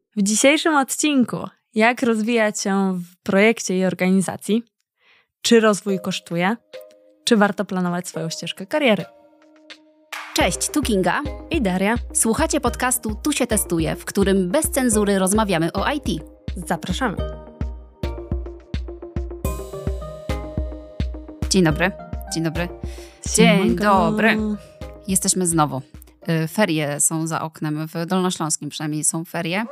W dzisiejszym odcinku jak rozwijać się w projekcie i organizacji, czy rozwój kosztuje, czy warto planować swoją ścieżkę kariery. Cześć, tu Kinga I Daria. Słuchacie podcastu Tu się testuje, w którym bez cenzury rozmawiamy o IT. Zapraszamy. Dzień dobry. Dzień dobry. Dzień dobry. Jesteśmy znowu. Ferie są za oknem. W Dolnośląskim przynajmniej są ferie.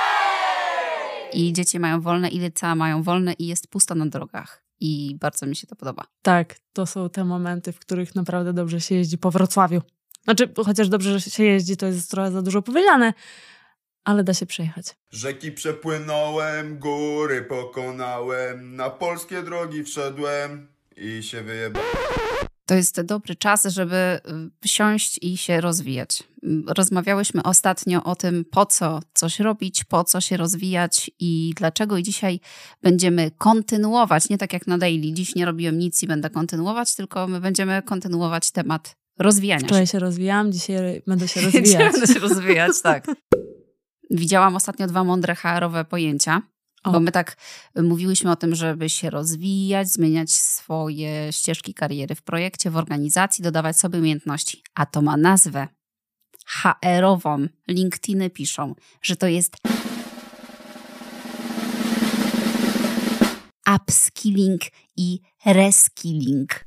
I dzieci mają wolne, i lice'a mają wolne i jest pusto na drogach. I bardzo mi się to podoba. Tak, to są te momenty, w których naprawdę dobrze się jeździ po Wrocławiu. Znaczy, chociaż dobrze, że się jeździ, to jest trochę za dużo powiedziane, ale da się przejechać. Rzeki przepłynąłem, góry pokonałem, na polskie drogi wszedłem i się wyjebałem. To jest dobry czas, żeby siąść i się rozwijać. Rozmawiałyśmy ostatnio o tym, po co coś robić, po co się rozwijać i dlaczego. I dzisiaj będziemy kontynuować, nie tak jak na daily. Dziś nie robiłem nic i będę kontynuować, tylko my będziemy kontynuować temat rozwijania się. Wczoraj się rozwijałam, dzisiaj będę się rozwijać. Będę się rozwijać, tak. Widziałam ostatnio 2 mądre HR-owe pojęcia. Bo my tak mówiłyśmy o tym, żeby się rozwijać, zmieniać swoje ścieżki kariery w projekcie, w organizacji, dodawać sobie umiejętności. A to ma nazwę HR-ową. LinkedIny piszą, że to jest upskilling i reskilling.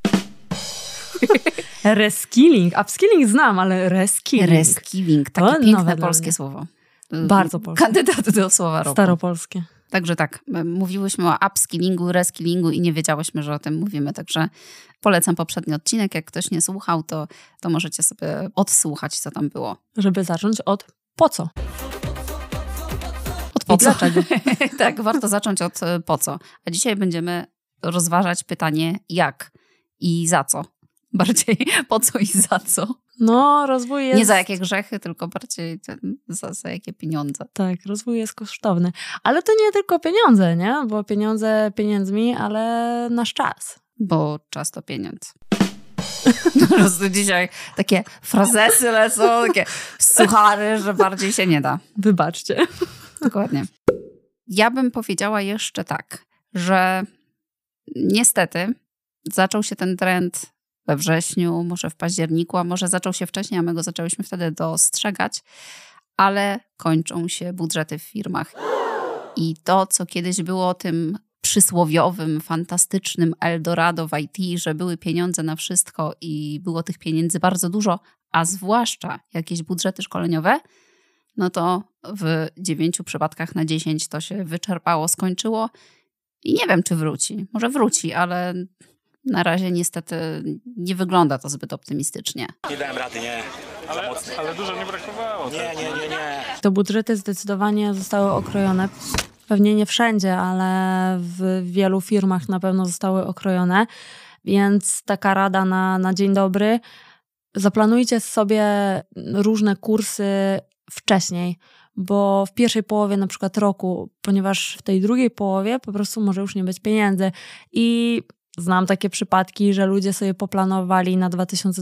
Reskilling. Upskilling znam, ale reskilling. Reskilling. Takie piękne polskie słowo. Bardzo polskie. Kandydat do słowa roku. Staropolskie. Także tak, mówiłyśmy o upskillingu, reskillingu i nie wiedziałyśmy, że o tym mówimy. Także polecam poprzedni odcinek. Jak ktoś nie słuchał, to możecie sobie odsłuchać, co tam było. Żeby zacząć od po co? Od po co? Dlaczego? Tak, warto zacząć od po co. A dzisiaj będziemy rozważać pytanie jak i za co. Bardziej po co i za co. No, rozwój jest... Nie za jakie grzechy, tylko bardziej za jakie pieniądze. Tak, rozwój jest kosztowny. Ale to nie tylko pieniądze, nie? Bo pieniądze pieniędzmi, ale nasz czas. Bo czas to pieniądz. Po prostu dzisiaj takie frazesy lecą, takie suchary, że bardziej się nie da. Wybaczcie. Dokładnie. Ja bym powiedziała jeszcze tak, że niestety zaczął się ten trend we wrześniu, może w październiku, a może zaczął się wcześniej, a my go zaczęłyśmy wtedy dostrzegać, ale kończą się budżety w firmach. I to, co kiedyś było tym przysłowiowym, fantastycznym Eldorado w IT, że były pieniądze na wszystko i było tych pieniędzy bardzo dużo, a zwłaszcza jakieś budżety szkoleniowe, no to w 9 przypadkach na 10 to się wyczerpało, skończyło i nie wiem, czy wróci. Może wróci, ale na razie niestety nie wygląda to zbyt optymistycznie. Nie dałem rady, nie. Ale dużo nie brakowało. Nie. To budżety zdecydowanie zostały okrojone. Pewnie nie wszędzie, ale w wielu firmach na pewno zostały okrojone. Więc taka rada na dzień dobry. Zaplanujcie sobie różne kursy wcześniej, bo w pierwszej połowie na przykład roku, ponieważ w tej drugiej połowie po prostu może już nie być pieniędzy. I znam takie przypadki, że ludzie sobie poplanowali na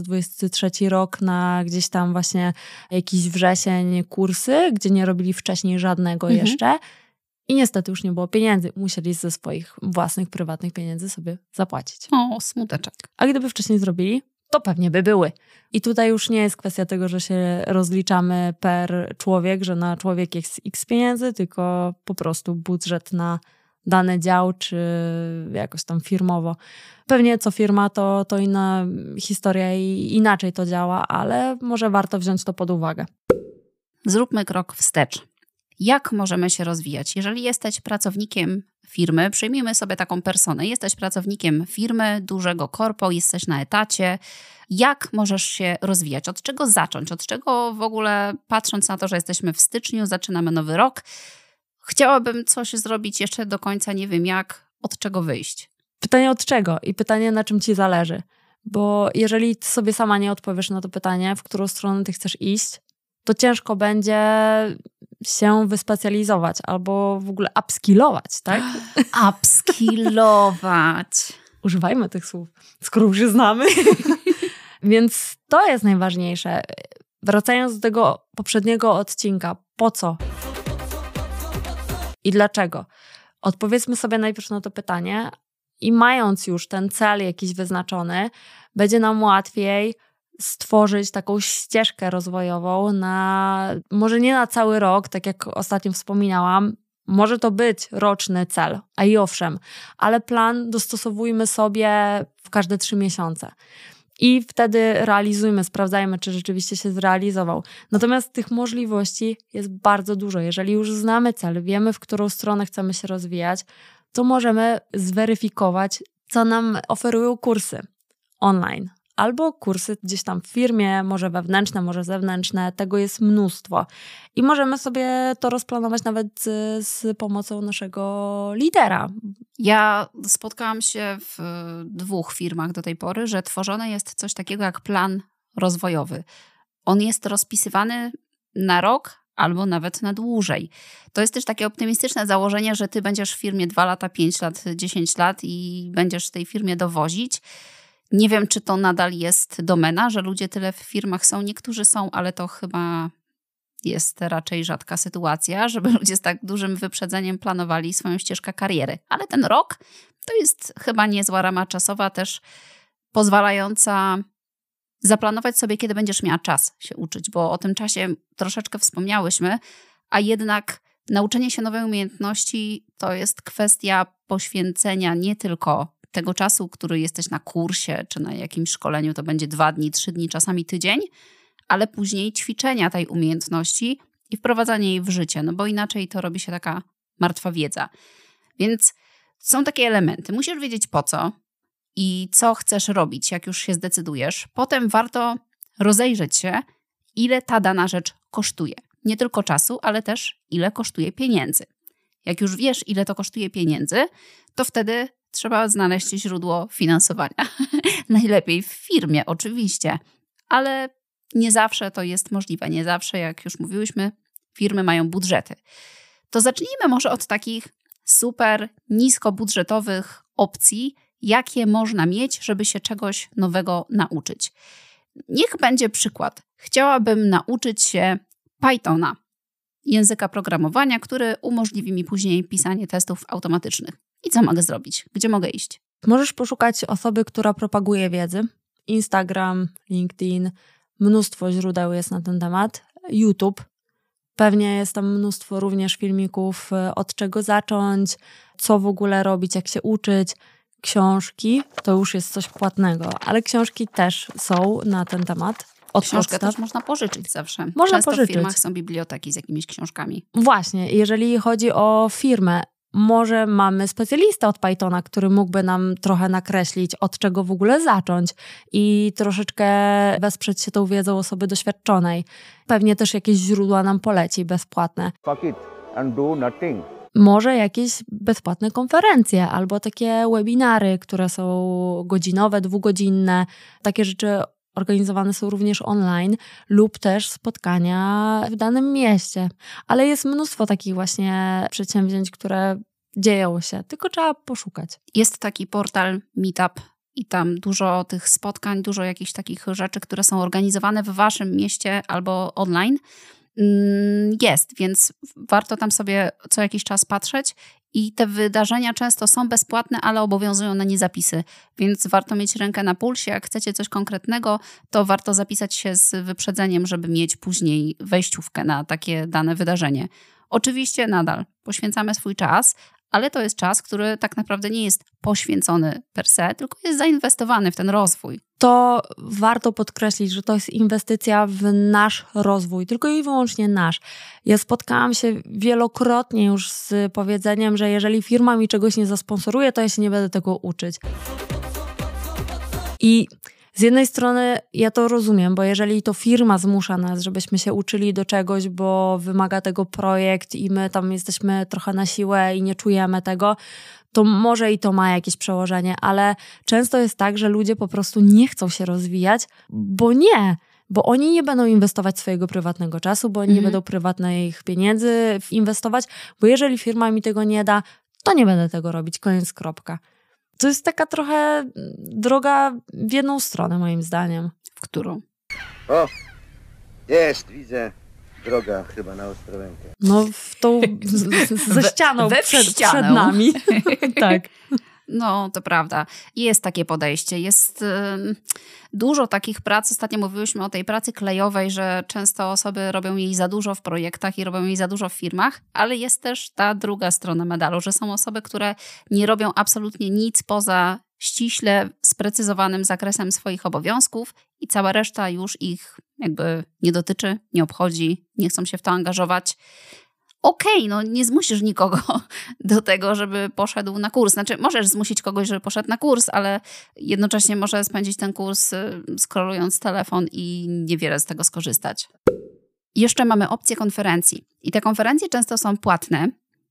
2023 rok na gdzieś tam właśnie jakiś wrzesień kursy, gdzie nie robili wcześniej żadnego jeszcze i niestety już nie było pieniędzy. Musieli ze swoich własnych, prywatnych pieniędzy sobie zapłacić. O, smuteczek. A gdyby wcześniej zrobili, to pewnie by były. I tutaj już nie jest kwestia tego, że się rozliczamy per człowiek, że na człowiek jest x pieniędzy, tylko po prostu budżet na dany dział, czy jakoś tam firmowo. Pewnie co firma, to inna historia i inaczej to działa, ale może warto wziąć to pod uwagę. Zróbmy krok wstecz. Jak możemy się rozwijać? Jeżeli jesteś pracownikiem firmy, przyjmijmy sobie taką personę, jesteś pracownikiem firmy, dużego korpo, jesteś na etacie, jak możesz się rozwijać? Od czego zacząć? Od czego w ogóle, patrząc na to, że jesteśmy w styczniu, zaczynamy nowy rok, chciałabym coś zrobić jeszcze do końca, nie wiem jak, od czego wyjść? Pytanie od czego i pytanie na czym ci zależy. Bo jeżeli ty sobie sama nie odpowiesz na to pytanie, w którą stronę ty chcesz iść, to ciężko będzie się wyspecjalizować albo w ogóle upskillować, tak? Upskillować. Używajmy tych słów, skoro już je znamy. Więc to jest najważniejsze. Wracając do tego poprzedniego odcinka, po co? I dlaczego? Odpowiedzmy sobie najpierw na to pytanie i mając już ten cel jakiś wyznaczony, będzie nam łatwiej stworzyć taką ścieżkę rozwojową może nie na cały rok, tak jak ostatnio wspominałam, może to być roczny cel, a i owszem, ale plan dostosowujmy sobie w każde 3 miesiące. I wtedy realizujmy, sprawdzajmy, czy rzeczywiście się zrealizował. Natomiast tych możliwości jest bardzo dużo. Jeżeli już znamy cel, wiemy, w którą stronę chcemy się rozwijać, to możemy zweryfikować, co nam oferują kursy online. Albo kursy gdzieś tam w firmie, może wewnętrzne, może zewnętrzne. Tego jest mnóstwo. I możemy sobie to rozplanować nawet z pomocą naszego lidera. Ja spotkałam się w 2 firmach do tej pory, że tworzone jest coś takiego jak plan rozwojowy. On jest rozpisywany na rok albo nawet na dłużej. To jest też takie optymistyczne założenie, że ty będziesz w firmie 2 lata, 5 lat, 10 lat i będziesz w tej firmie dowozić. Nie wiem, czy to nadal jest domena, że ludzie tyle w firmach są. Niektórzy są, ale to chyba jest raczej rzadka sytuacja, żeby ludzie z tak dużym wyprzedzeniem planowali swoją ścieżkę kariery. Ale ten rok to jest chyba niezła rama czasowa, też pozwalająca zaplanować sobie, kiedy będziesz miała czas się uczyć, bo o tym czasie troszeczkę wspomniałyśmy, a jednak nauczenie się nowej umiejętności to jest kwestia poświęcenia nie tylko tego czasu, który jesteś na kursie czy na jakimś szkoleniu, to będzie 2 dni, 3 dni, czasami tydzień, ale później ćwiczenia tej umiejętności i wprowadzanie jej w życie, no bo inaczej to robi się taka martwa wiedza. Więc są takie elementy. Musisz wiedzieć po co i co chcesz robić, jak już się zdecydujesz. Potem warto rozejrzeć się, ile ta dana rzecz kosztuje. Nie tylko czasu, ale też ile kosztuje pieniędzy. Jak już wiesz, ile to kosztuje pieniędzy, to wtedy trzeba znaleźć źródło finansowania. Najlepiej w firmie oczywiście, ale nie zawsze to jest możliwe. Nie zawsze, jak już mówiłyśmy, firmy mają budżety. To zacznijmy może od takich super niskobudżetowych opcji, jakie można mieć, żeby się czegoś nowego nauczyć. Niech będzie przykład. Chciałabym nauczyć się Pythona, języka programowania, który umożliwi mi później pisanie testów automatycznych. I co mogę zrobić? Gdzie mogę iść? Możesz poszukać osoby, która propaguje wiedzę. Instagram, LinkedIn, mnóstwo źródeł jest na ten temat. YouTube. Pewnie jest tam mnóstwo również filmików, od czego zacząć, co w ogóle robić, jak się uczyć. Książki to już jest coś płatnego, ale książki też są na ten temat. Książkę też można pożyczyć zawsze. Można Często pożyczyć. w firmach są biblioteki z jakimiś książkami. Właśnie, jeżeli chodzi o firmę, może mamy specjalistę od Pythona, który mógłby nam trochę nakreślić, od czego w ogóle zacząć i troszeczkę wesprzeć się tą wiedzą osoby doświadczonej. Pewnie też jakieś źródła nam poleci bezpłatne. Fuck it and do nothing. Może jakieś bezpłatne konferencje albo takie webinary, które są godzinowe, 2-godzinne. Takie rzeczy organizowane są również online lub też spotkania w danym mieście. Ale jest mnóstwo takich właśnie przedsięwzięć, które dzieją się, tylko trzeba poszukać. Jest taki portal Meetup i tam dużo tych spotkań, dużo jakichś takich rzeczy, które są organizowane w waszym mieście albo online jest, więc warto tam sobie co jakiś czas patrzeć i te wydarzenia często są bezpłatne, ale obowiązują na nie zapisy, więc warto mieć rękę na pulsie. Jak chcecie coś konkretnego, to warto zapisać się z wyprzedzeniem, żeby mieć później wejściówkę na takie dane wydarzenie. Oczywiście nadal poświęcamy swój czas, ale to jest czas, który tak naprawdę nie jest poświęcony per se, tylko jest zainwestowany w ten rozwój. To warto podkreślić, że to jest inwestycja w nasz rozwój, tylko i wyłącznie nasz. Ja spotkałam się wielokrotnie już z powiedzeniem, że jeżeli firma mi czegoś nie zasponsoruje, to ja się nie będę tego uczyć. I z jednej strony ja to rozumiem, bo jeżeli to firma zmusza nas, żebyśmy się uczyli do czegoś, bo wymaga tego projekt i my tam jesteśmy trochę na siłę i nie czujemy tego, to może i to ma jakieś przełożenie, ale często jest tak, że ludzie po prostu nie chcą się rozwijać, bo oni nie będą inwestować swojego prywatnego czasu, bo oni nie będą prywatnych pieniędzy inwestować, bo jeżeli firma mi tego nie da, to nie będę tego robić, koniec, kropka. To jest taka trochę droga w jedną stronę, moim zdaniem. W którą? O, jest, widzę. Droga chyba na Ostrołękę. No w tą ze ścianą przed nami. Tak. No, to prawda. Jest takie podejście. Jest dużo takich prac. Ostatnio mówiłyśmy o tej pracy klejowej, że często osoby robią jej za dużo w projektach i robią jej za dużo w firmach, ale jest też ta druga strona medalu, że są osoby, które nie robią absolutnie nic poza ściśle sprecyzowanym zakresem swoich obowiązków i cała reszta już ich jakby nie dotyczy, nie obchodzi, nie chcą się w to angażować. Okej, no nie zmusisz nikogo do tego, żeby poszedł na kurs. Znaczy, możesz zmusić kogoś, żeby poszedł na kurs, ale jednocześnie może spędzić ten kurs scrollując telefon i niewiele z tego skorzystać. Jeszcze mamy opcję konferencji. I te konferencje często są płatne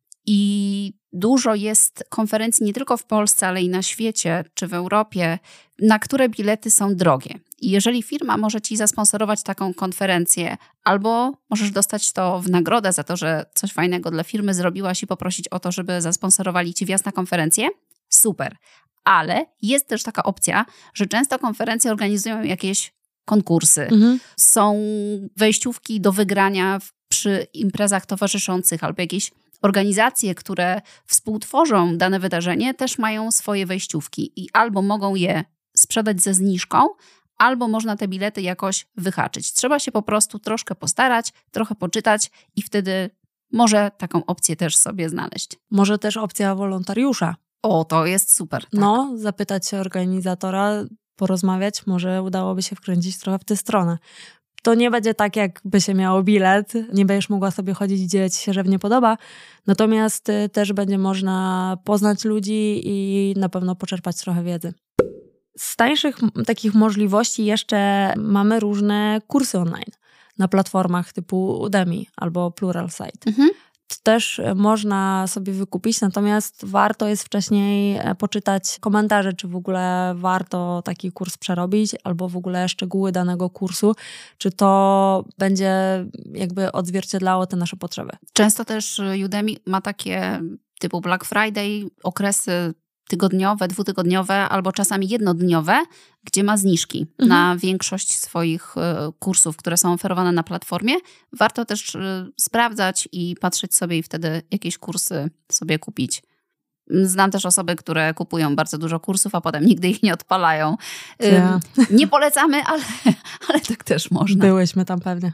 i dużo jest konferencji nie tylko w Polsce, ale i na świecie czy w Europie, na które bilety są drogie. I jeżeli firma może ci zasponsorować taką konferencję, albo możesz dostać to w nagrodę za to, że coś fajnego dla firmy zrobiłaś i poprosić o to, żeby zasponsorowali ci wjazd na konferencję, super. Ale jest też taka opcja, że często konferencje organizują jakieś konkursy. Są wejściówki do wygrania przy imprezach towarzyszących albo jakieś organizacje, które współtworzą dane wydarzenie, też mają swoje wejściówki i albo mogą je sprzedać ze zniżką, albo można te bilety jakoś wyhaczyć. Trzeba się po prostu troszkę postarać, trochę poczytać i wtedy może taką opcję też sobie znaleźć. Może też opcja wolontariusza. O, to jest super. Tak. No, zapytać się organizatora, porozmawiać, może udałoby się wkręcić trochę w tę stronę. To nie będzie tak, jakby się miało bilet. Nie będziesz mogła sobie chodzić, gdzie ci się żywnie podoba. Natomiast też będzie można poznać ludzi i na pewno poczerpać trochę wiedzy. Z tańszych takich możliwości jeszcze mamy różne kursy online na platformach typu Udemy albo Pluralsight. To też można sobie wykupić, natomiast warto jest wcześniej poczytać komentarze, czy w ogóle warto taki kurs przerobić, albo w ogóle szczegóły danego kursu, czy to będzie jakby odzwierciedlało te nasze potrzeby. Często też Udemy ma takie typu Black Friday, okresy tygodniowe, dwutygodniowe albo czasami jednodniowe, gdzie ma zniżki na większość swoich kursów, które są oferowane na platformie. Warto też sprawdzać i patrzeć sobie i wtedy jakieś kursy sobie kupić. Znam też osoby, które kupują bardzo dużo kursów, a potem nigdy ich nie odpalają. Nie polecamy, ale tak też można. Byłyśmy tam pewnie.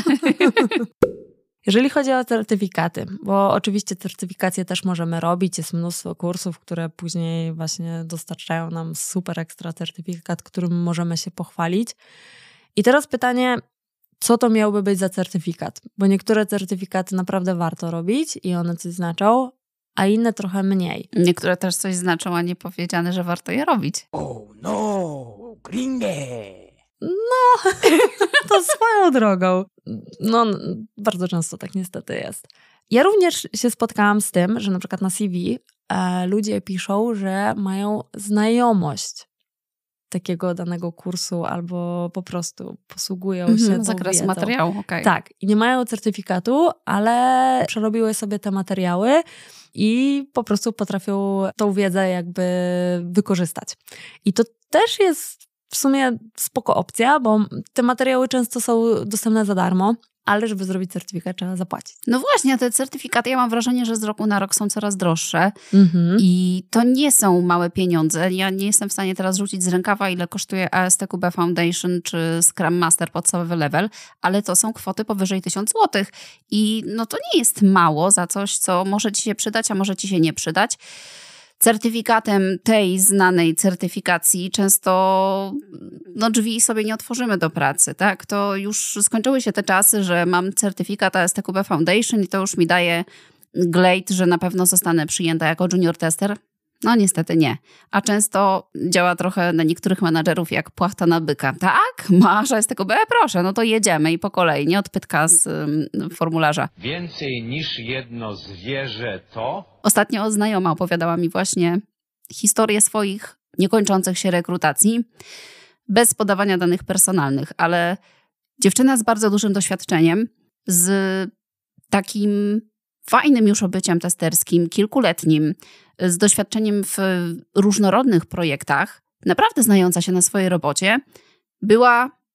Jeżeli chodzi o certyfikaty, bo oczywiście certyfikacje też możemy robić, jest mnóstwo kursów, które później właśnie dostarczają nam super ekstra certyfikat, którym możemy się pochwalić. I teraz pytanie, co to miałby być za certyfikat? Bo niektóre certyfikaty naprawdę warto robić i one coś znaczą, a inne trochę mniej. Niektóre też coś znaczą, a nie powiedziane, że warto je robić. Oh no, gringe! No, to swoją drogą. No, bardzo często tak niestety jest. Ja również się spotkałam z tym, że na przykład na CV ludzie piszą, że mają znajomość takiego danego kursu albo po prostu posługują się tą zakresu wiedzą. Materiału, okej. Tak, i nie mają certyfikatu, ale przerobiły sobie te materiały i po prostu potrafią tą wiedzę jakby wykorzystać. I to też jest w sumie spoko opcja, bo te materiały często są dostępne za darmo, ale żeby zrobić certyfikat, trzeba zapłacić. No właśnie, te certyfikaty, ja mam wrażenie, że z roku na rok są coraz droższe i to nie są małe pieniądze. Ja nie jestem w stanie teraz rzucić z rękawa, ile kosztuje ASTQB Foundation czy Scrum Master podstawowy level, ale to są kwoty powyżej 1000 zł. I no to nie jest mało za coś, co może ci się przydać, a może ci się nie przydać. Certyfikatem tej znanej certyfikacji często drzwi sobie nie otworzymy do pracy, tak? To już skończyły się te czasy, że mam certyfikat ASTQB Foundation i to już mi daje glejt, że na pewno zostanę przyjęta jako junior tester. No niestety nie. A często działa trochę na niektórych menadżerów jak płachta na byka. Tak? Masz ASTQB? Proszę, no to jedziemy i po kolei, nie odpytka z formularza. Więcej niż jedno zwierzę to... Ostatnio znajoma opowiadała mi właśnie historię swoich niekończących się rekrutacji bez podawania danych personalnych, ale dziewczyna z bardzo dużym doświadczeniem, z takim fajnym już obyciem testerskim, kilkuletnim, z doświadczeniem w różnorodnych projektach, naprawdę znająca się na swojej robocie, była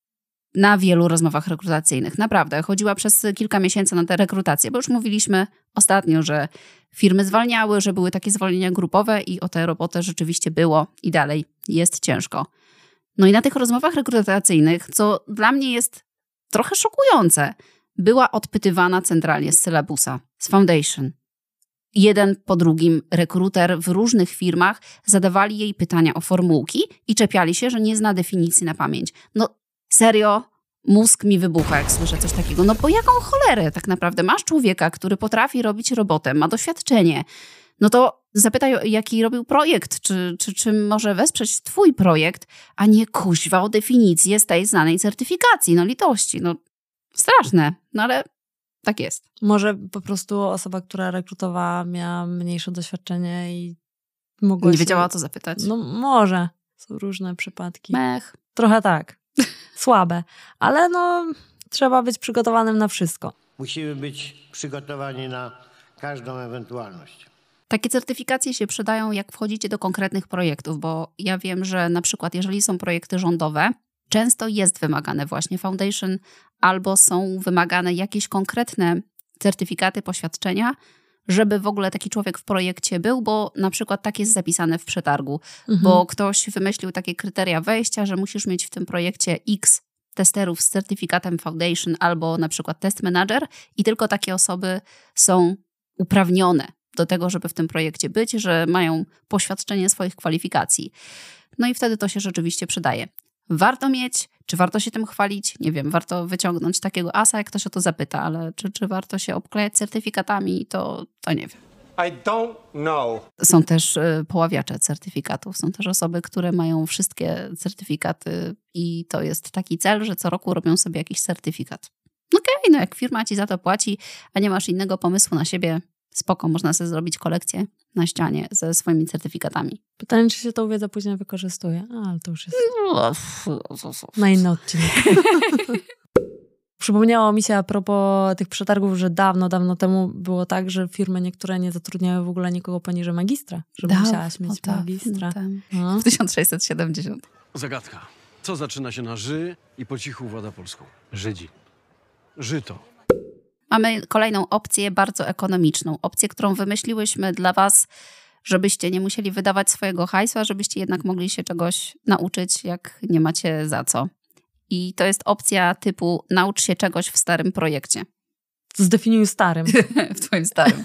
na wielu rozmowach rekrutacyjnych. Naprawdę, chodziła przez kilka miesięcy na te rekrutacje, bo już mówiliśmy ostatnio, że firmy zwalniały, że były takie zwolnienia grupowe i o tę robotę rzeczywiście było i dalej jest ciężko. No i na tych rozmowach rekrutacyjnych, co dla mnie jest trochę szokujące, była odpytywana centralnie z sylabusa, z Foundation. Jeden po drugim rekruter w różnych firmach zadawali jej pytania o formułki i czepiali się, że nie zna definicji na pamięć. No serio, mózg mi wybucha, jak słyszę coś takiego. No po jaką cholerę tak naprawdę masz człowieka, który potrafi robić robotę, ma doświadczenie, no to zapytaj, jaki robił projekt, czy może wesprzeć twój projekt, a nie kuźwa o definicję z tej znanej certyfikacji. No litości, no straszne, no ale tak jest. Może po prostu osoba, która rekrutowała, miała mniejsze doświadczenie i mogła Nie wiedziała, o co zapytać. No może. Są różne przypadki. Mech. Trochę tak. Słabe. Ale no, trzeba być przygotowanym na wszystko. Musimy być przygotowani na każdą ewentualność. Takie certyfikacje się przydają, jak wchodzicie do konkretnych projektów, bo ja wiem, że na przykład jeżeli są projekty rządowe, często jest wymagane właśnie Foundation albo są wymagane jakieś konkretne certyfikaty, poświadczenia, żeby w ogóle taki człowiek w projekcie był, bo na przykład tak jest zapisane w przetargu, bo ktoś wymyślił takie kryteria wejścia, że musisz mieć w tym projekcie X testerów z certyfikatem Foundation albo na przykład test manager i tylko takie osoby są uprawnione do tego, żeby w tym projekcie być, że mają poświadczenie swoich kwalifikacji. No i wtedy to się rzeczywiście przydaje. Warto mieć, czy warto się tym chwalić? Nie wiem, warto wyciągnąć takiego asa, jak ktoś o to zapyta, ale czy warto się obklejać certyfikatami, to nie wiem. I don't know. Są też poławiacze certyfikatów, są też osoby, które mają wszystkie certyfikaty i to jest taki cel, że co roku robią sobie jakiś certyfikat. Okej, no jak firma ci za to płaci, a nie masz innego pomysłu na siebie, spoko, można sobie zrobić kolekcję na ścianie ze swoimi certyfikatami. Pytanie, czy się tą wiedzę później wykorzystuje. Ale to już jest na inny odcinek. Przypomniało mi się a propos tych przetargów, że dawno temu było tak, że firmy niektóre nie zatrudniały w ogóle nikogo poniżej magistra, żeby musiałaś mieć magistra. W 1670. Zagadka. Co zaczyna się na ży i po cichu włada Polską? Żydzi. Żyto. Mamy kolejną opcję bardzo ekonomiczną. Opcję, którą wymyśliłyśmy dla was, żebyście nie musieli wydawać swojego hajsu, a żebyście jednak mogli się czegoś nauczyć, jak nie macie za co. I to jest opcja typu naucz się czegoś w starym projekcie. Zdefiniuj starym. W twoim starym.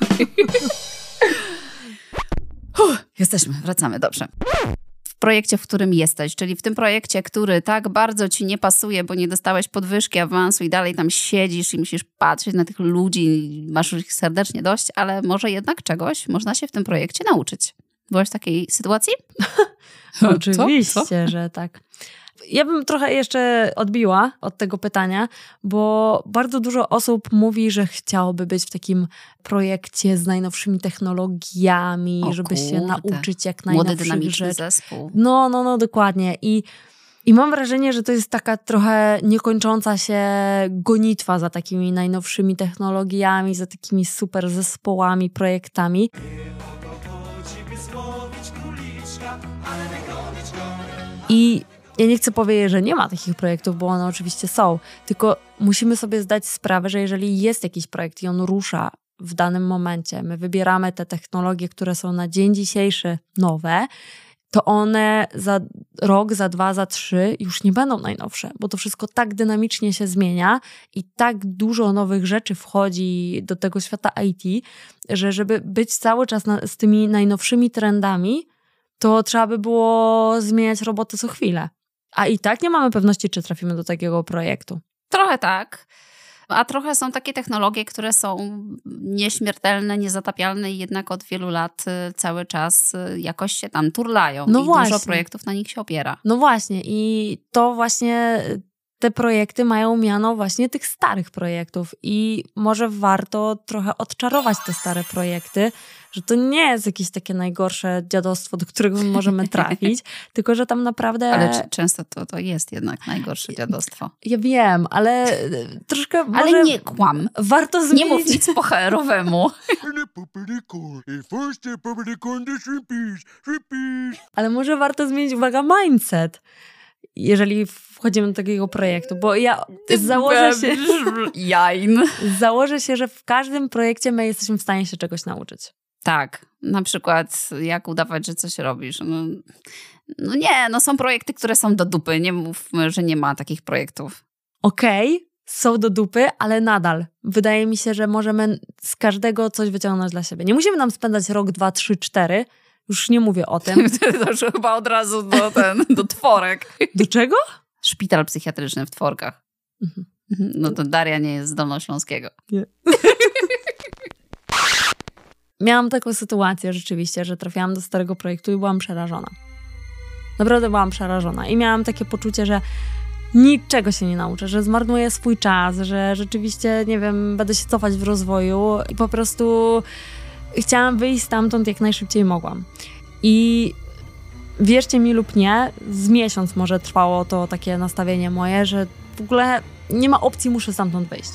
Jesteśmy, wracamy, dobrze. W projekcie, w którym jesteś, czyli w tym projekcie, który tak bardzo ci nie pasuje, bo nie dostałeś podwyżki, awansu i dalej tam siedzisz i musisz patrzeć na tych ludzi, masz ich serdecznie dość, ale może jednak czegoś można się w tym projekcie nauczyć. Byłaś w takiej sytuacji? Oczywiście, że tak. Ja bym trochę jeszcze odbiła od tego pytania, bo bardzo dużo osób mówi, że chciałoby być w takim projekcie z najnowszymi technologiami, żeby się nauczyć jak najnowszych rzeczy. Młody, dynamiczny zespół. No, dokładnie. I mam wrażenie, że to jest taka trochę niekończąca się gonitwa za takimi najnowszymi technologiami, za takimi super zespołami, projektami. I ja nie chcę powiedzieć, że nie ma takich projektów, bo one oczywiście są, tylko musimy sobie zdać sprawę, że jeżeli jest jakiś projekt i on rusza w danym momencie, my wybieramy te technologie, które są na dzień dzisiejszy nowe, to one za rok, za 2, za 3 już nie będą najnowsze, bo to wszystko tak dynamicznie się zmienia i tak dużo nowych rzeczy wchodzi do tego świata IT, że żeby być cały czas z tymi najnowszymi trendami, to trzeba by było zmieniać roboty co chwilę. A i tak nie mamy pewności, czy trafimy do takiego projektu. Trochę tak. A trochę są takie technologie, które są nieśmiertelne, niezatapialne i jednak od wielu lat cały czas jakoś się tam turlają. No i właśnie. Dużo projektów na nich się opiera. No właśnie i to właśnie te projekty mają miano właśnie tych starych projektów i może warto trochę odczarować te stare projekty, że to nie jest jakieś takie najgorsze dziadostwo, do którego możemy trafić, tylko że tam naprawdę... Ale często to jest jednak najgorsze dziadostwo. Ja wiem, ale troszkę może... Ale nie kłam. Warto zmienić... Nie mów nic po HR-owemu. Ale może warto zmienić, uwaga, mindset. jeżeli wchodzimy do takiego projektu, bo ja założę się, że w każdym projekcie my jesteśmy w stanie się czegoś nauczyć. Tak, na przykład jak udawać, że coś robisz. Są projekty, które są do dupy. Nie mówmy, że nie ma takich projektów. Okej, są do dupy, ale nadal wydaje mi się, że możemy z każdego coś wyciągnąć dla siebie. Nie musimy nam spędzać rok, 2, 3, 4. Już nie mówię o tym. To już chyba od razu do Tworek. Do czego? Szpital psychiatryczny w Tworkach. No to Daria nie jest z Dolnośląskiego. Nie. Miałam taką sytuację rzeczywiście, że trafiłam do starego projektu i byłam przerażona. Naprawdę byłam przerażona i miałam takie poczucie, że niczego się nie nauczę, że zmarnuję swój czas, że rzeczywiście, nie wiem, będę się cofać w rozwoju i po prostu chciałam wyjść stamtąd jak najszybciej mogłam. I wierzcie mi lub nie, z miesiąc może trwało to takie nastawienie moje, że w ogóle nie ma opcji, muszę stamtąd wyjść.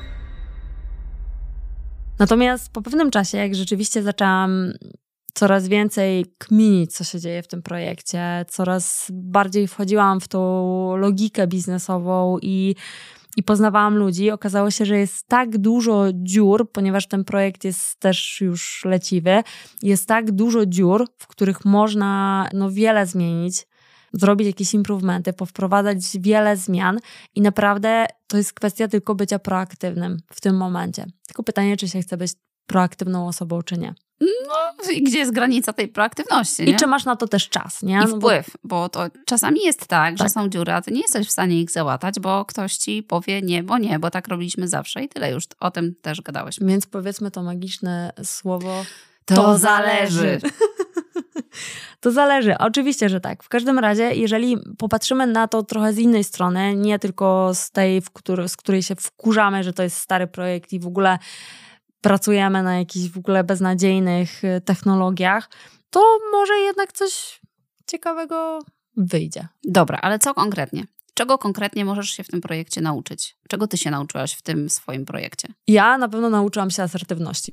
Natomiast po pewnym czasie, jak rzeczywiście zaczęłam coraz więcej kminić, co się dzieje w tym projekcie, coraz bardziej wchodziłam w tą logikę biznesową i poznawałam ludzi, okazało się, że jest tak dużo dziur, ponieważ ten projekt jest też już leciwy, jest tak dużo dziur, w których można wiele zmienić, zrobić jakieś improvementy, powprowadzać wiele zmian i naprawdę to jest kwestia tylko bycia proaktywnym w tym momencie. Tylko pytanie, czy się chce być proaktywną osobą, czy nie. No i gdzie jest granica tej proaktywności, nie? I czy masz na to też czas, nie? I wpływ, bo to czasami jest tak, że są dziury, a ty nie jesteś w stanie ich załatać, bo ktoś ci powie nie, bo tak robiliśmy zawsze i tyle już. O tym też gadałeś. Więc powiedzmy to magiczne słowo. To zależy. To zależy. Oczywiście, że tak. W każdym razie, jeżeli popatrzymy na to trochę z innej strony, nie tylko z tej, z której się wkurzamy, że to jest stary projekt i w ogóle pracujemy na jakichś w ogóle beznadziejnych technologiach, to może jednak coś ciekawego wyjdzie. Dobra, ale co konkretnie? Czego konkretnie możesz się w tym projekcie nauczyć? Czego ty się nauczyłaś w tym swoim projekcie? Ja na pewno nauczyłam się asertywności.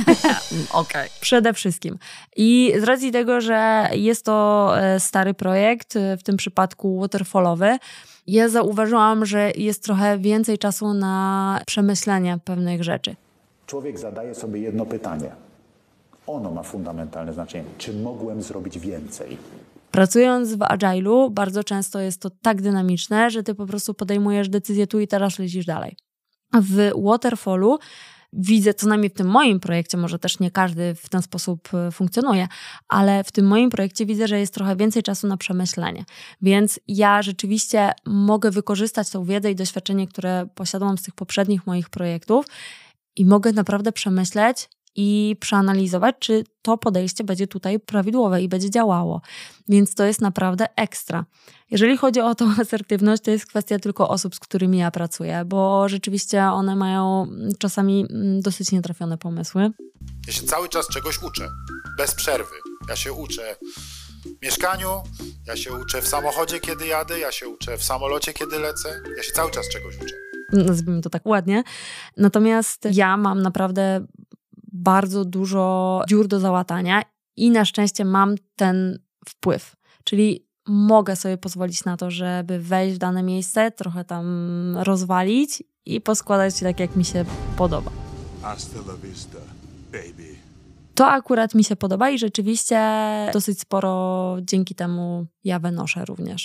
Okej. Przede wszystkim. I z racji tego, że jest to stary projekt, w tym przypadku waterfallowy, ja zauważyłam, że jest trochę więcej czasu na przemyślenie pewnych rzeczy. Człowiek zadaje sobie jedno pytanie. Ono ma fundamentalne znaczenie. Czy mogłem zrobić więcej? Pracując w Agile'u bardzo często jest to tak dynamiczne, że ty po prostu podejmujesz decyzję tu i teraz, lecisz dalej. W Waterfallu widzę, co najmniej w tym moim projekcie, może też nie każdy w ten sposób funkcjonuje, ale w tym moim projekcie widzę, że jest trochę więcej czasu na przemyślenie. Więc ja rzeczywiście mogę wykorzystać tą wiedzę i doświadczenie, które posiadłam z tych poprzednich moich projektów i mogę naprawdę przemyśleć i przeanalizować, czy to podejście będzie tutaj prawidłowe i będzie działało. Więc to jest naprawdę ekstra. Jeżeli chodzi o tą asertywność, to jest kwestia tylko osób, z którymi ja pracuję, bo rzeczywiście one mają czasami dosyć nietrafione pomysły. Ja się cały czas czegoś uczę, bez przerwy. Ja się uczę w mieszkaniu, ja się uczę w samochodzie, kiedy jadę, ja się uczę w samolocie, kiedy lecę. Ja się cały czas czegoś uczę. Nazwijmy to tak ładnie. Natomiast ja mam naprawdę bardzo dużo dziur do załatania i na szczęście mam ten wpływ. Czyli mogę sobie pozwolić na to, żeby wejść w dane miejsce, trochę tam rozwalić i poskładać tak, jak mi się podoba. Hasta la vista, baby. To akurat mi się podoba i rzeczywiście dosyć sporo dzięki temu ja wynoszę również.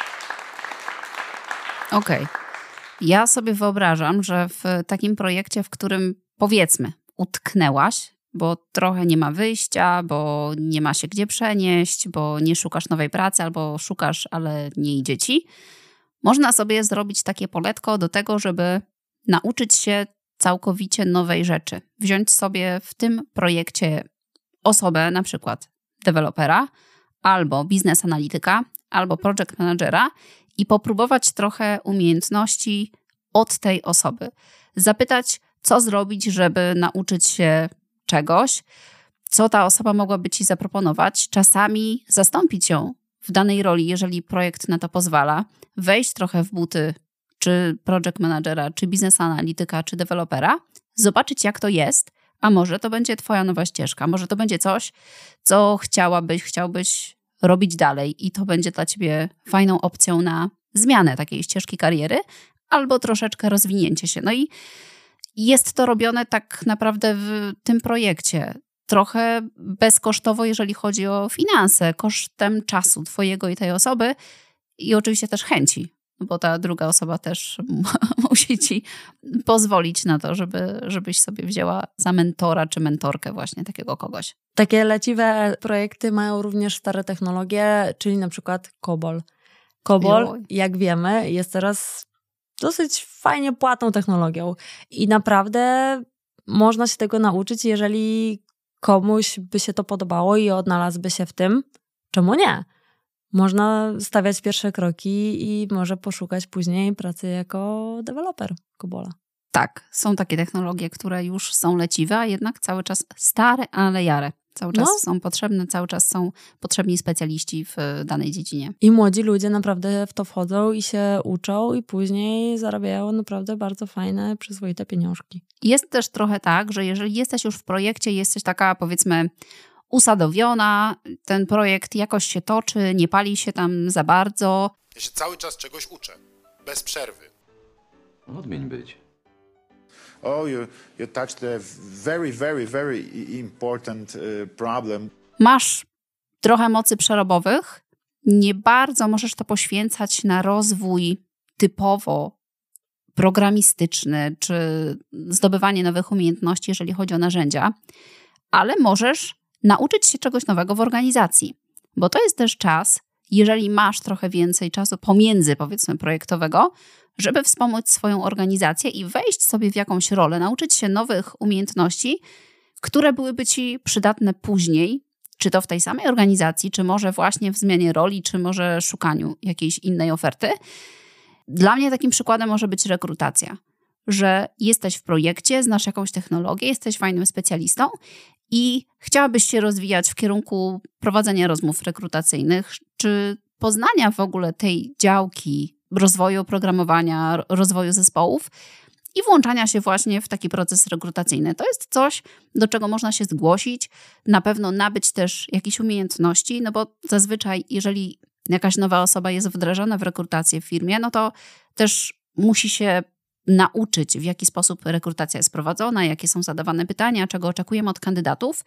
Okej. Ja sobie wyobrażam, że w takim projekcie, w którym powiedzmy utknęłaś, bo trochę nie ma wyjścia, bo nie ma się gdzie przenieść, bo nie szukasz nowej pracy albo szukasz, ale nie idzie ci, można sobie zrobić takie poletko do tego, żeby nauczyć się całkowicie nowej rzeczy. Wziąć sobie w tym projekcie osobę, na przykład dewelopera, albo biznes analityka, albo project managera i popróbować trochę umiejętności od tej osoby. Zapytać, co zrobić, żeby nauczyć się czegoś, co ta osoba mogłaby ci zaproponować, czasami zastąpić ją w danej roli, jeżeli projekt na to pozwala, wejść trochę w buty czy project managera, czy biznes analityka, czy dewelopera, zobaczyć jak to jest, a może to będzie twoja nowa ścieżka, może to będzie coś, co chciałbyś robić dalej i to będzie dla ciebie fajną opcją na zmianę takiej ścieżki kariery albo troszeczkę rozwinięcie się. No i jest to robione tak naprawdę w tym projekcie. Trochę bezkosztowo, jeżeli chodzi o finanse, kosztem czasu twojego i tej osoby i oczywiście też chęci, bo ta druga osoba też musi ci pozwolić na to, żebyś sobie wzięła za mentora czy mentorkę właśnie takiego kogoś. Takie leciwe projekty mają również stare technologie, czyli na przykład COBOL. COBOL, jak wiemy, jest teraz dosyć fajnie płatną technologią i naprawdę można się tego nauczyć, jeżeli komuś by się to podobało i odnalazłby się w tym, czemu nie? Można stawiać pierwsze kroki i może poszukać później pracy jako deweloper COBOLa. Tak, są takie technologie, które już są leciwe, a jednak cały czas stare, ale jare. Cały czas są potrzebne, cały czas są potrzebni specjaliści w danej dziedzinie. I młodzi ludzie naprawdę w to wchodzą i się uczą i później zarabiają naprawdę bardzo fajne, przyzwoite pieniążki. Jest też trochę tak, że jeżeli jesteś już w projekcie, jesteś taka powiedzmy usadowiona, ten projekt jakoś się toczy, nie pali się tam za bardzo. Ja się cały czas czegoś uczę, bez przerwy. Odmień być. Oh, you touched a very, very, very important problem. Masz trochę mocy przerobowych, nie bardzo możesz to poświęcać na rozwój typowo programistyczny, czy zdobywanie nowych umiejętności, jeżeli chodzi o narzędzia, ale możesz nauczyć się czegoś nowego w organizacji, bo to jest też czas, jeżeli masz trochę więcej czasu pomiędzy, powiedzmy, projektowego, żeby wspomóc swoją organizację i wejść sobie w jakąś rolę, nauczyć się nowych umiejętności, które byłyby ci przydatne później, czy to w tej samej organizacji, czy może właśnie w zmianie roli, czy może szukaniu jakiejś innej oferty. Dla mnie takim przykładem może być rekrutacja, że jesteś w projekcie, znasz jakąś technologię, jesteś fajnym specjalistą i chciałabyś się rozwijać w kierunku prowadzenia rozmów rekrutacyjnych, czy poznania w ogóle tej działki rozwoju oprogramowania, rozwoju zespołów i włączania się właśnie w taki proces rekrutacyjny. To jest coś, do czego można się zgłosić, na pewno nabyć też jakieś umiejętności, no bo zazwyczaj jeżeli jakaś nowa osoba jest wdrażana w rekrutację w firmie, no to też musi się nauczyć, w jaki sposób rekrutacja jest prowadzona, jakie są zadawane pytania, czego oczekujemy od kandydatów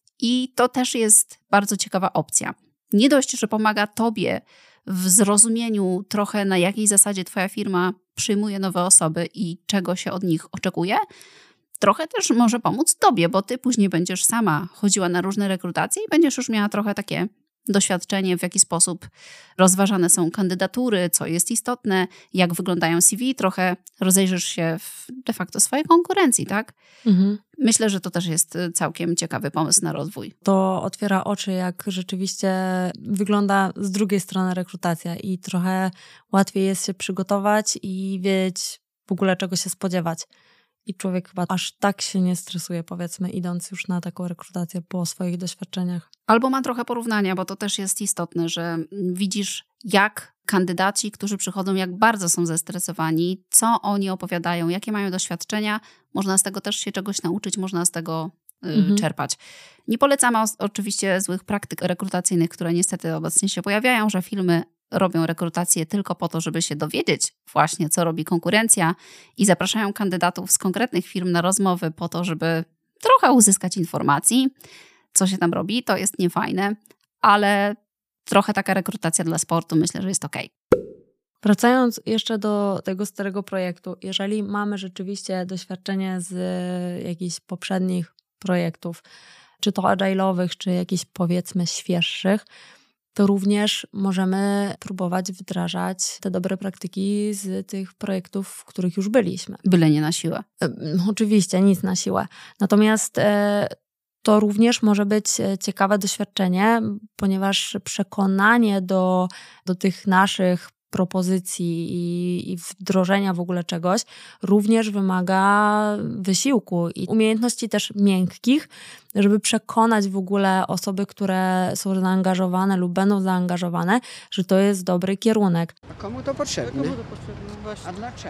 i to też jest bardzo ciekawa opcja. Nie dość, że pomaga tobie w zrozumieniu trochę, na jakiej zasadzie twoja firma przyjmuje nowe osoby i czego się od nich oczekuje, trochę też może pomóc tobie, bo ty później będziesz sama chodziła na różne rekrutacje i będziesz już miała trochę takie doświadczenie, w jaki sposób rozważane są kandydatury, co jest istotne, jak wyglądają CV, trochę rozejrzysz się w de facto swojej konkurencji, tak? Mhm. Myślę, że to też jest całkiem ciekawy pomysł na rozwój. To otwiera oczy, jak rzeczywiście wygląda z drugiej strony rekrutacja i trochę łatwiej jest się przygotować i wiedzieć w ogóle czego się spodziewać. I człowiek chyba aż tak się nie stresuje, powiedzmy, idąc już na taką rekrutację po swoich doświadczeniach. Albo ma trochę porównania, bo to też jest istotne, że widzisz, jak kandydaci, którzy przychodzą, jak bardzo są zestresowani, co oni opowiadają, jakie mają doświadczenia. Można z tego też się czegoś nauczyć, można z tego czerpać. Nie polecamy oczywiście złych praktyk rekrutacyjnych, które niestety obecnie się pojawiają, że firmy robią rekrutację tylko po to, żeby się dowiedzieć właśnie, co robi konkurencja i zapraszają kandydatów z konkretnych firm na rozmowy po to, żeby trochę uzyskać informacji, co się tam robi. To jest niefajne, ale trochę taka rekrutacja dla sportu myślę, że jest okej. Wracając jeszcze do tego starego projektu, jeżeli mamy rzeczywiście doświadczenie z jakichś poprzednich projektów, czy to agile'owych, czy jakichś powiedzmy świeższych, to również możemy próbować wdrażać te dobre praktyki z tych projektów, w których już byliśmy. Byle nie na siłę. Oczywiście, nic na siłę. Natomiast to również może być ciekawe doświadczenie, ponieważ przekonanie do tych naszych propozycji i wdrożenia w ogóle czegoś również wymaga wysiłku i umiejętności też miękkich, żeby przekonać w ogóle osoby, które są zaangażowane lub będą zaangażowane, że to jest dobry kierunek. A komu to potrzebne? Właśnie. A dlaczego?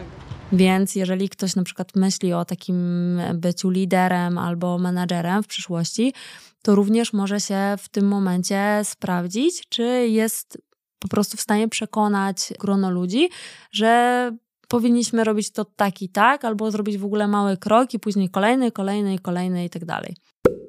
Więc jeżeli ktoś na przykład myśli o takim byciu liderem albo menadżerem w przyszłości, to również może się w tym momencie sprawdzić, czy jest po prostu w stanie przekonać grono ludzi, że powinniśmy robić to tak i tak, albo zrobić w ogóle mały krok i później kolejny i tak dalej.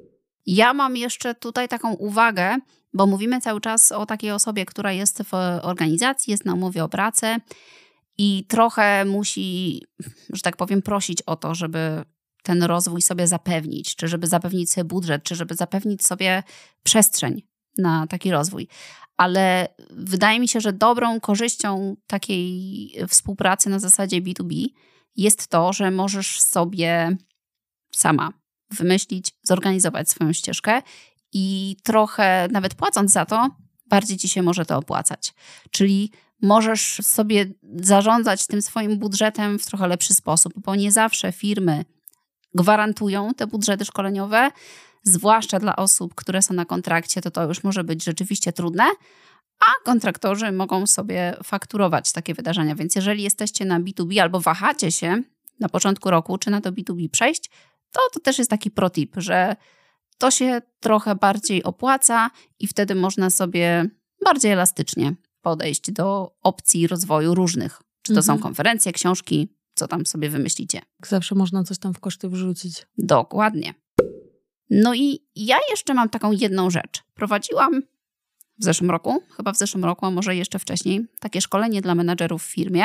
Ja mam jeszcze tutaj taką uwagę, bo mówimy cały czas o takiej osobie, która jest w organizacji, jest na umowie o pracę i trochę musi, że tak powiem, prosić o to, żeby ten rozwój sobie zapewnić, czy żeby zapewnić sobie budżet, czy żeby zapewnić sobie przestrzeń na taki rozwój. Ale wydaje mi się, że dobrą korzyścią takiej współpracy na zasadzie B2B jest to, że możesz sobie sama wymyślić, zorganizować swoją ścieżkę i trochę, nawet płacąc za to, bardziej ci się może to opłacać. Czyli możesz sobie zarządzać tym swoim budżetem w trochę lepszy sposób, bo nie zawsze firmy gwarantują te budżety szkoleniowe, zwłaszcza dla osób, które są na kontrakcie, to już może być rzeczywiście trudne, a kontraktorzy mogą sobie fakturować takie wydarzenia. Więc jeżeli jesteście na B2B albo wahacie się na początku roku, czy na to B2B przejść, to też jest taki protip, że to się trochę bardziej opłaca i wtedy można sobie bardziej elastycznie podejść do opcji rozwoju różnych. Czy to są konferencje, książki, co tam sobie wymyślicie. Zawsze można coś tam w koszty wrzucić. Dokładnie. No i ja jeszcze mam taką jedną rzecz. Prowadziłam w zeszłym roku, a może jeszcze wcześniej, takie szkolenie dla menadżerów w firmie.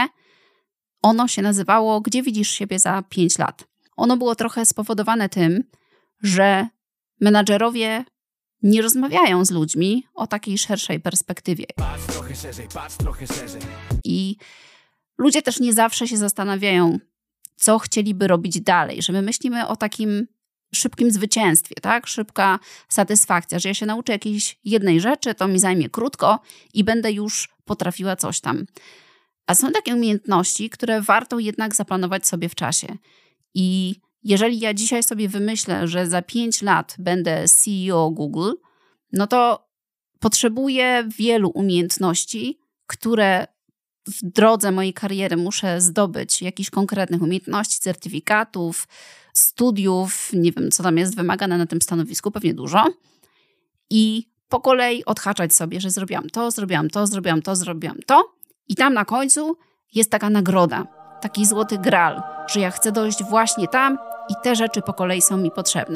Ono się nazywało Gdzie widzisz siebie za 5 lat? Ono było trochę spowodowane tym, że menadżerowie nie rozmawiają z ludźmi o takiej szerszej perspektywie. Patrz trochę szerzej. I ludzie też nie zawsze się zastanawiają, co chcieliby robić dalej, że my myślimy o takim szybkim zwycięstwie, tak? Szybka satysfakcja, że ja się nauczę jakiejś jednej rzeczy, to mi zajmie krótko i będę już potrafiła coś tam. A są takie umiejętności, które warto jednak zaplanować sobie w czasie. I jeżeli ja dzisiaj sobie wymyślę, że za 5 lat będę CEO Google, no to potrzebuję wielu umiejętności, które w drodze mojej kariery muszę zdobyć, jakichś konkretnych umiejętności, certyfikatów, studiów, nie wiem, co tam jest wymagane na tym stanowisku, pewnie dużo. I po kolei odhaczać sobie, że zrobiłam to. I tam na końcu jest taka nagroda, taki złoty gral, że ja chcę dojść właśnie tam i te rzeczy po kolei są mi potrzebne.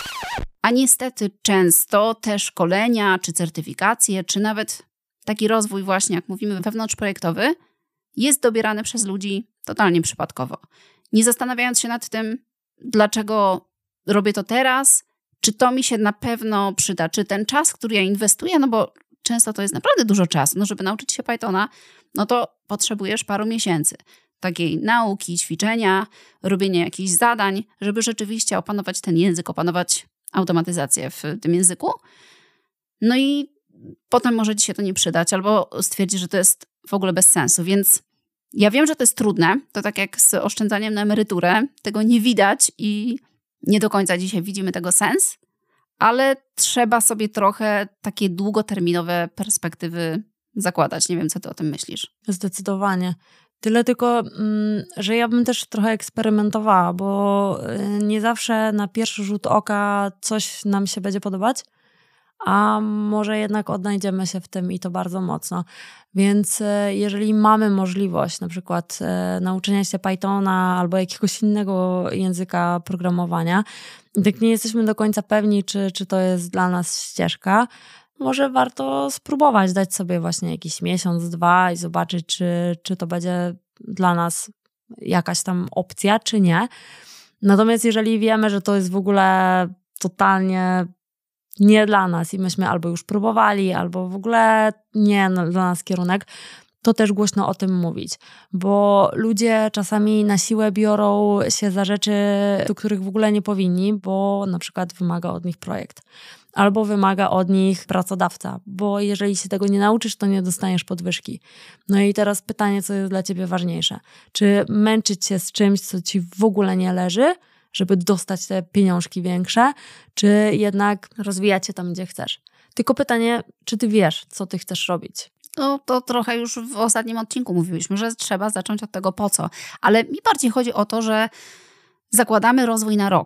A niestety często te szkolenia, czy certyfikacje, czy nawet taki rozwój właśnie, jak mówimy, wewnątrzprojektowy, jest dobierany przez ludzi totalnie przypadkowo. Nie zastanawiając się nad tym, dlaczego robię to teraz, czy to mi się na pewno przyda, czy ten czas, który ja inwestuję, no bo często to jest naprawdę dużo czasu, no żeby nauczyć się Pythona, no to potrzebujesz paru miesięcy takiej nauki, ćwiczenia, robienia jakichś zadań, żeby rzeczywiście opanować ten język, opanować automatyzację w tym języku. No i potem może ci się to nie przydać, albo stwierdzić, że to jest w ogóle bez sensu. Więc ja wiem, że to jest trudne. To tak jak z oszczędzaniem na emeryturę. Tego nie widać i nie do końca dzisiaj widzimy tego sens, ale trzeba sobie trochę takie długoterminowe perspektywy zakładać. Nie wiem, co ty o tym myślisz. Zdecydowanie. Tyle tylko, że ja bym też trochę eksperymentowała, bo nie zawsze na pierwszy rzut oka coś nam się będzie podobać, a może jednak odnajdziemy się w tym i to bardzo mocno. Więc jeżeli mamy możliwość na przykład nauczenia się Pythona albo jakiegoś innego języka programowania, tak nie jesteśmy do końca pewni, czy to jest dla nas ścieżka, może warto spróbować, dać sobie właśnie jakiś miesiąc, 2 i zobaczyć, czy to będzie dla nas jakaś tam opcja, czy nie. Natomiast jeżeli wiemy, że to jest w ogóle totalnie nie dla nas i myśmy albo już próbowali, albo w ogóle nie dla nas kierunek, to też głośno o tym mówić. Bo ludzie czasami na siłę biorą się za rzeczy, do których w ogóle nie powinni, bo na przykład wymaga od nich projekt. Albo wymaga od nich pracodawca, bo jeżeli się tego nie nauczysz, to nie dostaniesz podwyżki. No i teraz pytanie, co jest dla ciebie ważniejsze? Czy męczyć się z czymś, co ci w ogóle nie leży, żeby dostać te pieniążki większe, czy jednak rozwijać się tam, gdzie chcesz? Tylko pytanie, czy ty wiesz, co ty chcesz robić? No to trochę już w ostatnim odcinku mówiliśmy, że trzeba zacząć od tego po co. Ale mi bardziej chodzi o to, że zakładamy rozwój na rok.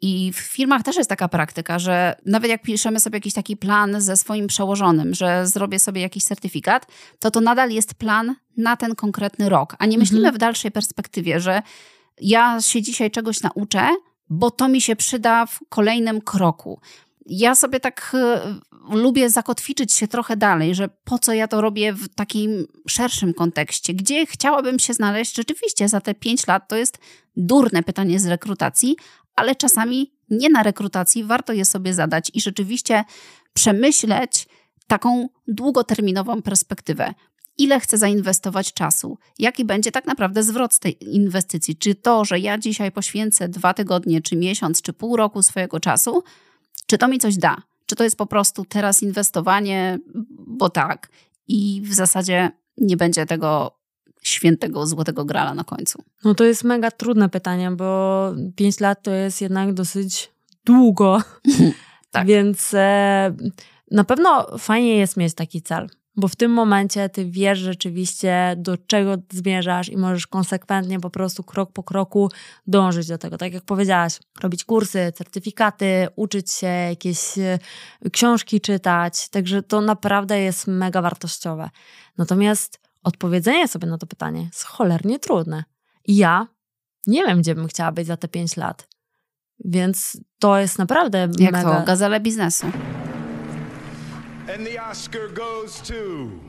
I w firmach też jest taka praktyka, że nawet jak piszemy sobie jakiś taki plan ze swoim przełożonym, że zrobię sobie jakiś certyfikat, to nadal jest plan na ten konkretny rok, a nie myślimy w dalszej perspektywie, że ja się dzisiaj czegoś nauczę, bo to mi się przyda w kolejnym kroku. Ja sobie tak lubię zakotwiczyć się trochę dalej, że po co ja to robię w takim szerszym kontekście, gdzie chciałabym się znaleźć rzeczywiście za te 5 lat. To jest durne pytanie z rekrutacji, ale czasami nie na rekrutacji warto je sobie zadać i rzeczywiście przemyśleć taką długoterminową perspektywę. Ile chcę zainwestować czasu? Jaki będzie tak naprawdę zwrot z tej inwestycji? Czy to, że ja dzisiaj poświęcę 2 tygodnie, czy miesiąc, czy pół roku swojego czasu, czy to mi coś da? Czy to jest po prostu teraz inwestowanie, bo tak, i w zasadzie nie będzie tego świętego, złotego grala na końcu? No to jest mega trudne pytanie, bo 5 lat to jest jednak dosyć długo. Tak. Więc na pewno fajnie jest mieć taki cel, bo w tym momencie ty wiesz rzeczywiście, do czego zmierzasz i możesz konsekwentnie po prostu krok po kroku dążyć do tego. Tak jak powiedziałaś, robić kursy, certyfikaty, uczyć się, jakieś książki czytać. Także to naprawdę jest mega wartościowe. Natomiast odpowiedzenie sobie na to pytanie jest cholernie trudne. I ja nie wiem, gdzie bym chciała być za te 5 lat. Więc to jest naprawdę jak mega... to? Gazele biznesu. And the Oscar goes to...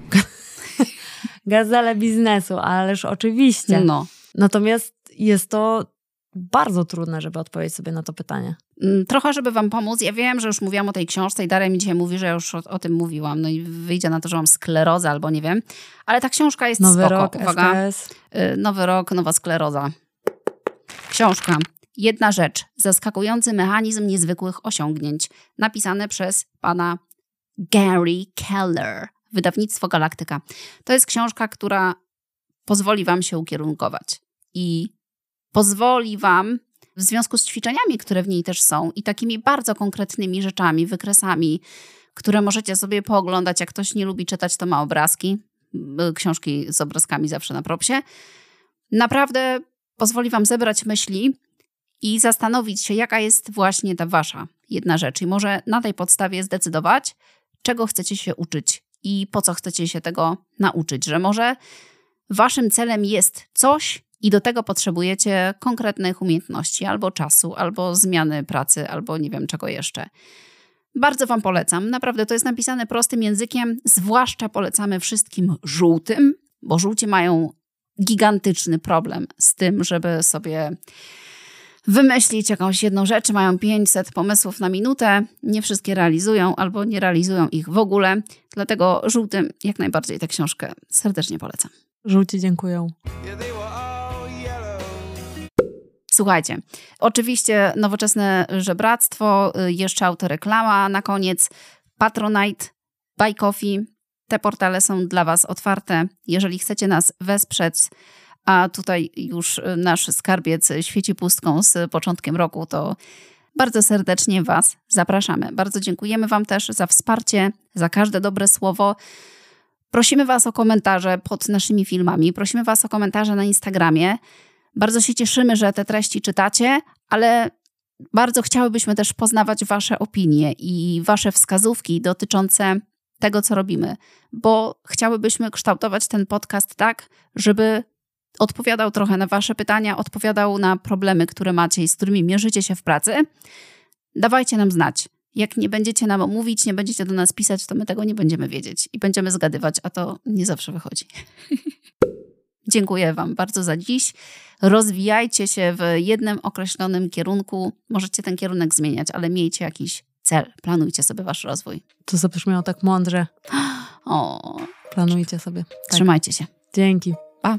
Gazele biznesu, ależ oczywiście. No. Natomiast jest to bardzo trudne, żeby odpowiedzieć sobie na to pytanie. Trochę, żeby wam pomóc. Ja wiem, że już mówiłam o tej książce i Daria mi dzisiaj mówi, że ja już o tym mówiłam. No i wyjdzie na to, że mam sklerozę albo nie wiem. Ale ta książka jest Nowy spoko. rok, Uwaga. SKS. Nowy rok, nowa skleroza. Książka. Jedna rzecz. Zaskakujący mechanizm niezwykłych osiągnięć. Napisane przez pana Gary Keller. Wydawnictwo Galaktyka. To jest książka, która pozwoli wam się ukierunkować. I pozwoli wam w związku z ćwiczeniami, które w niej też są i takimi bardzo konkretnymi rzeczami, wykresami, które możecie sobie pooglądać. Jak ktoś nie lubi czytać, to ma obrazki. Książki z obrazkami zawsze na propsie. Naprawdę pozwoli wam zebrać myśli i zastanowić się, jaka jest właśnie ta wasza jedna rzecz. I może na tej podstawie zdecydować, czego chcecie się uczyć i po co chcecie się tego nauczyć. Że może waszym celem jest coś i do tego potrzebujecie konkretnych umiejętności, albo czasu, albo zmiany pracy, albo nie wiem czego jeszcze. Bardzo wam polecam. Naprawdę to jest napisane prostym językiem. Zwłaszcza polecamy wszystkim żółtym, bo żółci mają gigantyczny problem z tym, żeby sobie wymyślić jakąś jedną rzecz. Mają 500 pomysłów na minutę. Nie wszystkie realizują albo nie realizują ich w ogóle. Dlatego żółtym jak najbardziej tę książkę serdecznie polecam. Żółci dziękuję. Słuchajcie, oczywiście Nowoczesne Żebractwo, jeszcze autoreklama na koniec, Patronite, Buy Coffee. Te portale są dla was otwarte. Jeżeli chcecie nas wesprzeć, a tutaj już nasz skarbiec świeci pustką z początkiem roku, to bardzo serdecznie was zapraszamy. Bardzo dziękujemy wam też za wsparcie, za każde dobre słowo. Prosimy was o komentarze pod naszymi filmami, prosimy was o komentarze na Instagramie. Bardzo się cieszymy, że te treści czytacie, ale bardzo chciałybyśmy też poznawać wasze opinie i wasze wskazówki dotyczące tego, co robimy, bo chciałybyśmy kształtować ten podcast tak, żeby odpowiadał trochę na wasze pytania, odpowiadał na problemy, które macie i z którymi mierzycie się w pracy. Dawajcie nam znać. Jak nie będziecie nam mówić, nie będziecie do nas pisać, to my tego nie będziemy wiedzieć i będziemy zgadywać, a to nie zawsze wychodzi. Dziękuję wam bardzo za dziś. Rozwijajcie się w jednym określonym kierunku. Możecie ten kierunek zmieniać, ale miejcie jakiś cel. Planujcie sobie wasz rozwój. To zabrzmiało tak mądrze. O. Planujcie sobie. Tak. Trzymajcie się. Dzięki. Pa.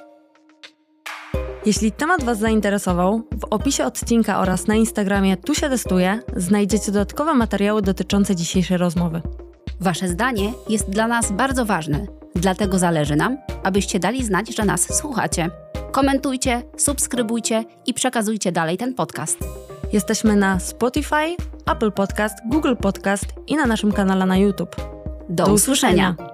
Jeśli temat was zainteresował, w opisie odcinka oraz na Instagramie Tu się testuje znajdziecie dodatkowe materiały dotyczące dzisiejszej rozmowy. Wasze zdanie jest dla nas bardzo ważne. Dlatego zależy nam, abyście dali znać, że nas słuchacie. Komentujcie, subskrybujcie i przekazujcie dalej ten podcast. Jesteśmy na Spotify, Apple Podcast, Google Podcast i na naszym kanale na YouTube. Do usłyszenia.